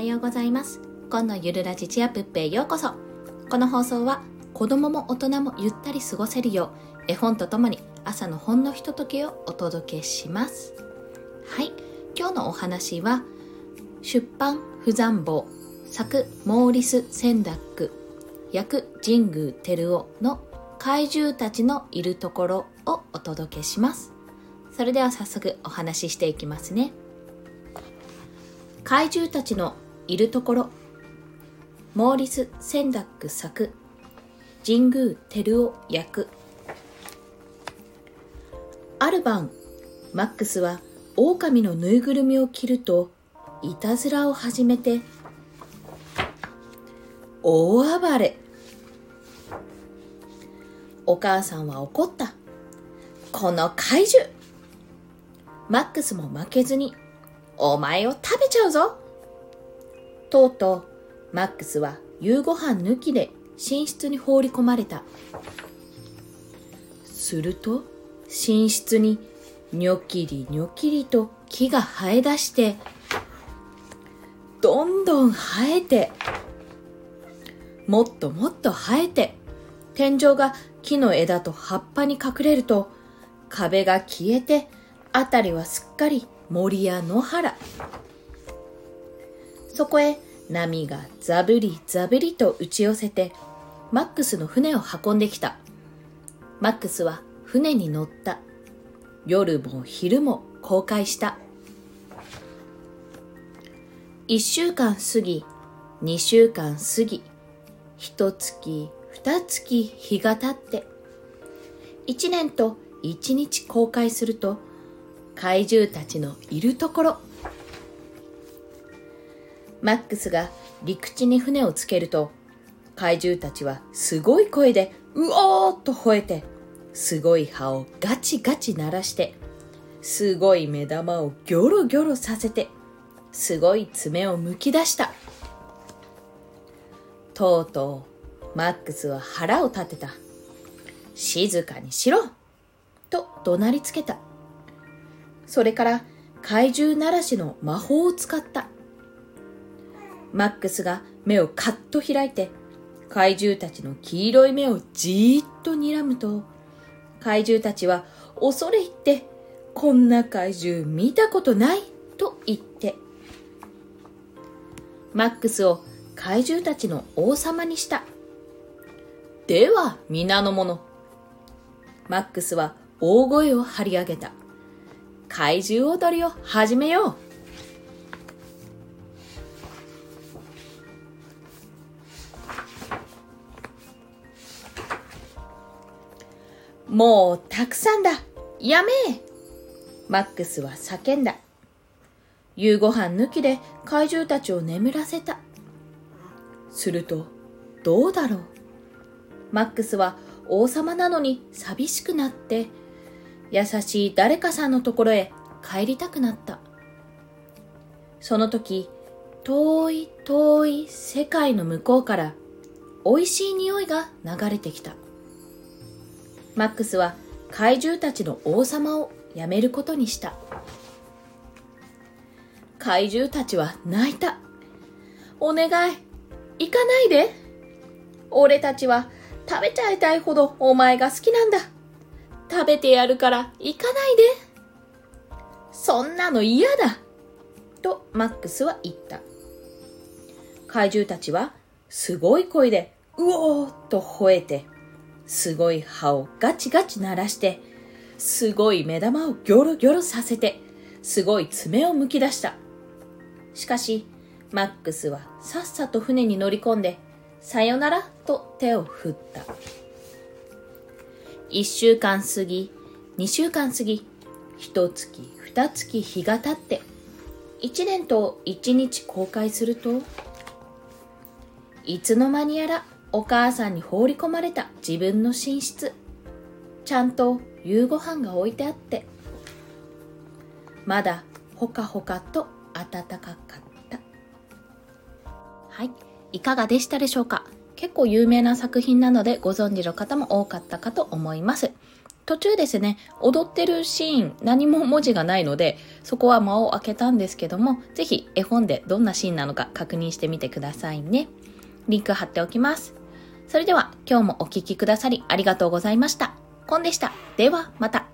ようございます。今のゆるラジチアプッペへようこそ。この放送は子供も大人もゆったり過ごせるよう絵本とともに朝のほんのひとときをお届けします。はい、今日のお話は出版不残坊、作モーリス・センダック、訳神宮照夫の怪獣たちのいるところをお届けします。それでは早速お話ししていきますね。怪獣たちのいるところ、モーリス・センダック作、神宮照夫訳。ある晩、マックスは狼のぬいぐるみを着るといたずらを始めて大暴れ。お母さんは怒った。この怪獣！マックスも負けずにお前を食べちゃうぞ。とうとうマックスは夕ご飯抜きで寝室に放り込まれた。すると寝室にニョキリニョキリと木が生え出して、どんどん生えて、もっともっと生えて、天井が木の枝と葉っぱに隠れると壁が消えて、あたりはすっかり森や野原。そこへ波がザブリザブリと打ち寄せてマックスの船を運んできた。マックスは船に乗った。夜も昼も航海した。1週間過ぎ、2週間過ぎ、1月、2月日が経って、1年と1日航海すると、怪獣たちのいるところ。マックスが陸地に船をつけると、怪獣たちはすごい声でうおーっと吠えて、すごい歯をガチガチ鳴らして、すごい目玉をギョロギョロさせて、すごい爪をむき出した。とうとうマックスは腹を立てた。静かにしろと怒鳴りつけた。それから怪獣ならしの魔法を使った。マックスが目をカッと開いて怪獣たちの黄色い目をじーっと睨むと、怪獣たちは恐れ入って、こんな怪獣見たことないと言って、マックスを怪獣たちの王様にした。では皆の者、マックスは大声を張り上げた。怪獣踊りを始めよう。もうたくさんだ。やめえ。マックスは叫んだ。夕ご飯抜きで怪獣たちを眠らせた。すると、どうだろう。マックスは王様なのに寂しくなって、優しい誰かさんのところへ帰りたくなった。その時、遠い遠い世界の向こうからおいしい匂いが流れてきた。マックスは怪獣たちの王様をやめることにした。怪獣たちは泣いた。お願い、行かないで。俺たちは食べちゃいたいほどお前が好きなんだ。食べてやるから行かないで。そんなの嫌だ。とマックスは言った。怪獣たちはすごい声でうおーっと吠えて、すごい歯をガチガチ鳴らして、すごい目玉をギョロギョロさせて、すごい爪をむき出した。しかしマックスはさっさと船に乗り込んで、さよならと手を振った。1週間過ぎ、2週間過ぎ、1月、2月日が経って、1年と1日航海すると、いつの間にやらお母さんに放り込まれた自分の寝室。ちゃんと夕ご飯が置いてあって、まだほかほかと暖かかった。はい、いかがでしたでしょうか。結構有名な作品なのでご存知の方も多かったかと思います。 途中ですね、踊ってるシーン、何も文字がないので、そこは間を空けたんですけども、ぜひ絵本でどんなシーンなのか確認してみてくださいね。リンク貼っておきます。それでは今日もお聞きくださりありがとうございました。コンでした。ではまた。